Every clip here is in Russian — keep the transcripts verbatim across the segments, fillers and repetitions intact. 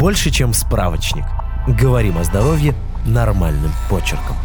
Больше, чем справочник. Говорим о здоровье нормальным почерком.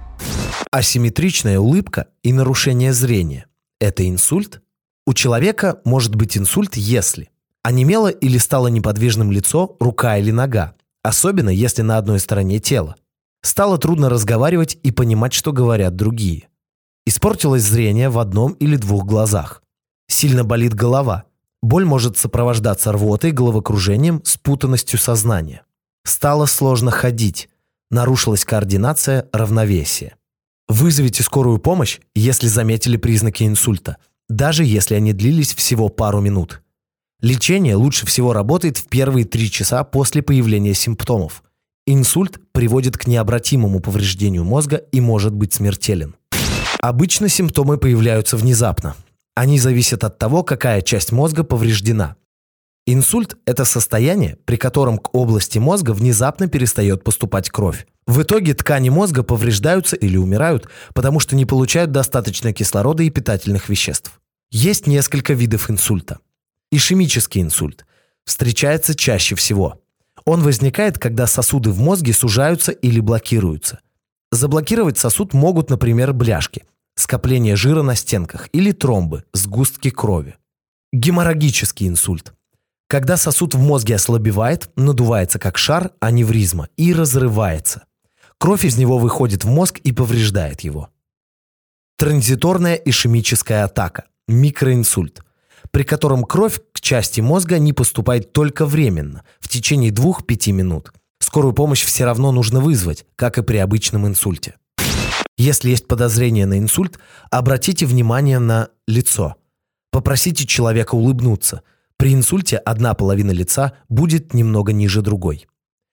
Асимметричная улыбка и нарушение зрения – это инсульт? У человека может быть инсульт, если онемело или стало неподвижным лицо, рука или нога, особенно если на одной стороне тела. Стало трудно разговаривать и понимать, что говорят другие. Испортилось зрение в одном или двух глазах. Сильно болит голова. Боль может сопровождаться рвотой, головокружением, спутанностью сознания. Стало сложно ходить. Нарушилась координация, равновесие. Вызовите скорую помощь, если заметили признаки инсульта, даже если они длились всего пару минут. Лечение лучше всего работает в первые три часа после появления симптомов. Инсульт приводит к необратимому повреждению мозга и может быть смертелен. Обычно симптомы появляются внезапно. Они зависят от того, какая часть мозга повреждена. Инсульт – это состояние, при котором к области мозга внезапно перестает поступать кровь. В итоге ткани мозга повреждаются или умирают, потому что не получают достаточно кислорода и питательных веществ. Есть несколько видов инсульта. Ишемический инсульт встречается чаще всего. Он возникает, когда сосуды в мозге сужаются или блокируются. Заблокировать сосуд могут, например, бляшки, скопление жира на стенках или тромбы, сгустки крови. Геморрагический инсульт. Когда сосуд в мозге ослабевает, надувается как шар, аневризма, и разрывается. Кровь из него выходит в мозг и повреждает его. Транзиторная ишемическая атака, микроинсульт, при котором кровь к части мозга не поступает только временно, в течение двух-пяти минут. Скорую помощь все равно нужно вызвать, как и при обычном инсульте. Если есть подозрение на инсульт, обратите внимание на лицо. Попросите человека улыбнуться. При инсульте одна половина лица будет немного ниже другой.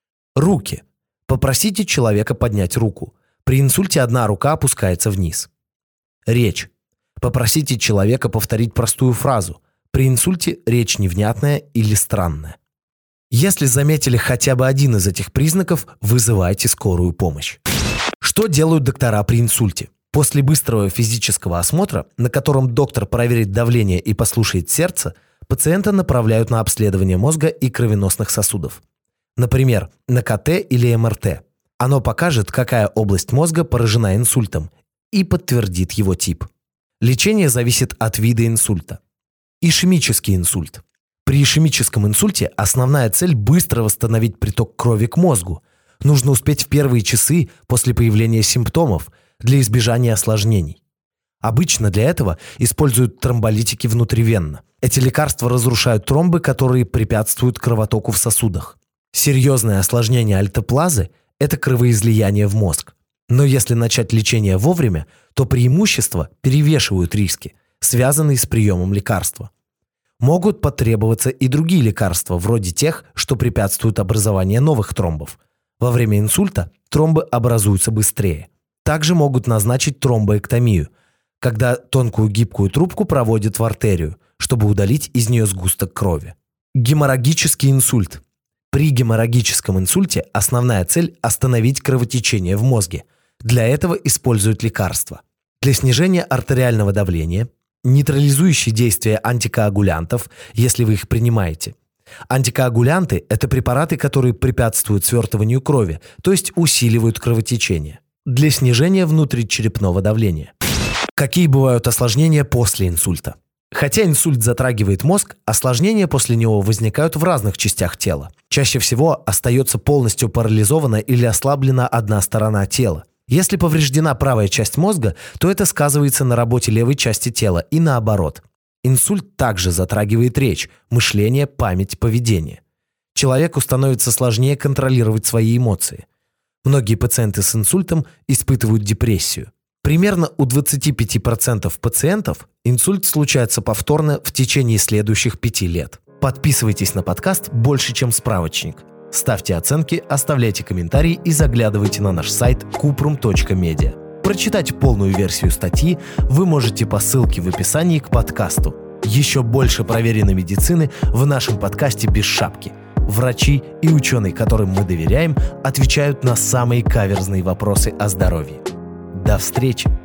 Руки. Попросите человека поднять руку. При инсульте одна рука опускается вниз. Речь. Попросите человека повторить простую фразу. При инсульте речь невнятная или странная. Если заметили хотя бы один из этих признаков, вызывайте скорую помощь. Что делают доктора при инсульте? После быстрого физического осмотра, на котором доктор проверит давление и послушает сердце, пациента направляют на обследование мозга и кровеносных сосудов. Например, на ка тэ или эм эр тэ. Оно покажет, какая область мозга поражена инсультом, и подтвердит его тип. Лечение зависит от вида инсульта. Ишемический инсульт. При ишемическом инсульте основная цель – быстро восстановить приток крови к мозгу. Нужно успеть в первые часы после появления симптомов для избежания осложнений. Обычно для этого используют тромболитики внутривенно. Эти лекарства разрушают тромбы, которые препятствуют кровотоку в сосудах. Серьезное осложнение альтеплазы – это кровоизлияние в мозг. Но если начать лечение вовремя, то преимущества перевешивают риски, связанные с приемом лекарства. Могут потребоваться и другие лекарства, вроде тех, что препятствуют образованию новых тромбов. Во время инсульта тромбы образуются быстрее. Также могут назначить тромбоэктомию, когда тонкую гибкую трубку проводят в артерию, чтобы удалить из нее сгусток крови. Геморрагический инсульт. При геморрагическом инсульте основная цель – остановить кровотечение в мозге. Для этого используют лекарства. Для снижения артериального давления, нейтрализующие действия антикоагулянтов, если вы их принимаете. Антикоагулянты – это препараты, которые препятствуют свертыванию крови, то есть усиливают кровотечение. Для снижения внутричерепного давления. Какие бывают осложнения после инсульта? Хотя инсульт затрагивает мозг, осложнения после него возникают в разных частях тела. Чаще всего остается полностью парализована или ослаблена одна сторона тела. Если повреждена правая часть мозга, то это сказывается на работе левой части тела и наоборот. Инсульт также затрагивает речь, мышление, память, поведение. Человеку становится сложнее контролировать свои эмоции. Многие пациенты с инсультом испытывают депрессию. Примерно у двадцати пяти процентов пациентов инсульт случается повторно в течение следующих пяти лет. Подписывайтесь на подкаст «Больше, чем справочник». Ставьте оценки, оставляйте комментарии и заглядывайте на наш сайт купрум точка медиа. Прочитать полную версию статьи вы можете по ссылке в описании к подкасту. Еще больше проверенной медицины в нашем подкасте «Без шапки». Врачи и ученые, которым мы доверяем, отвечают на самые каверзные вопросы о здоровье. До встречи!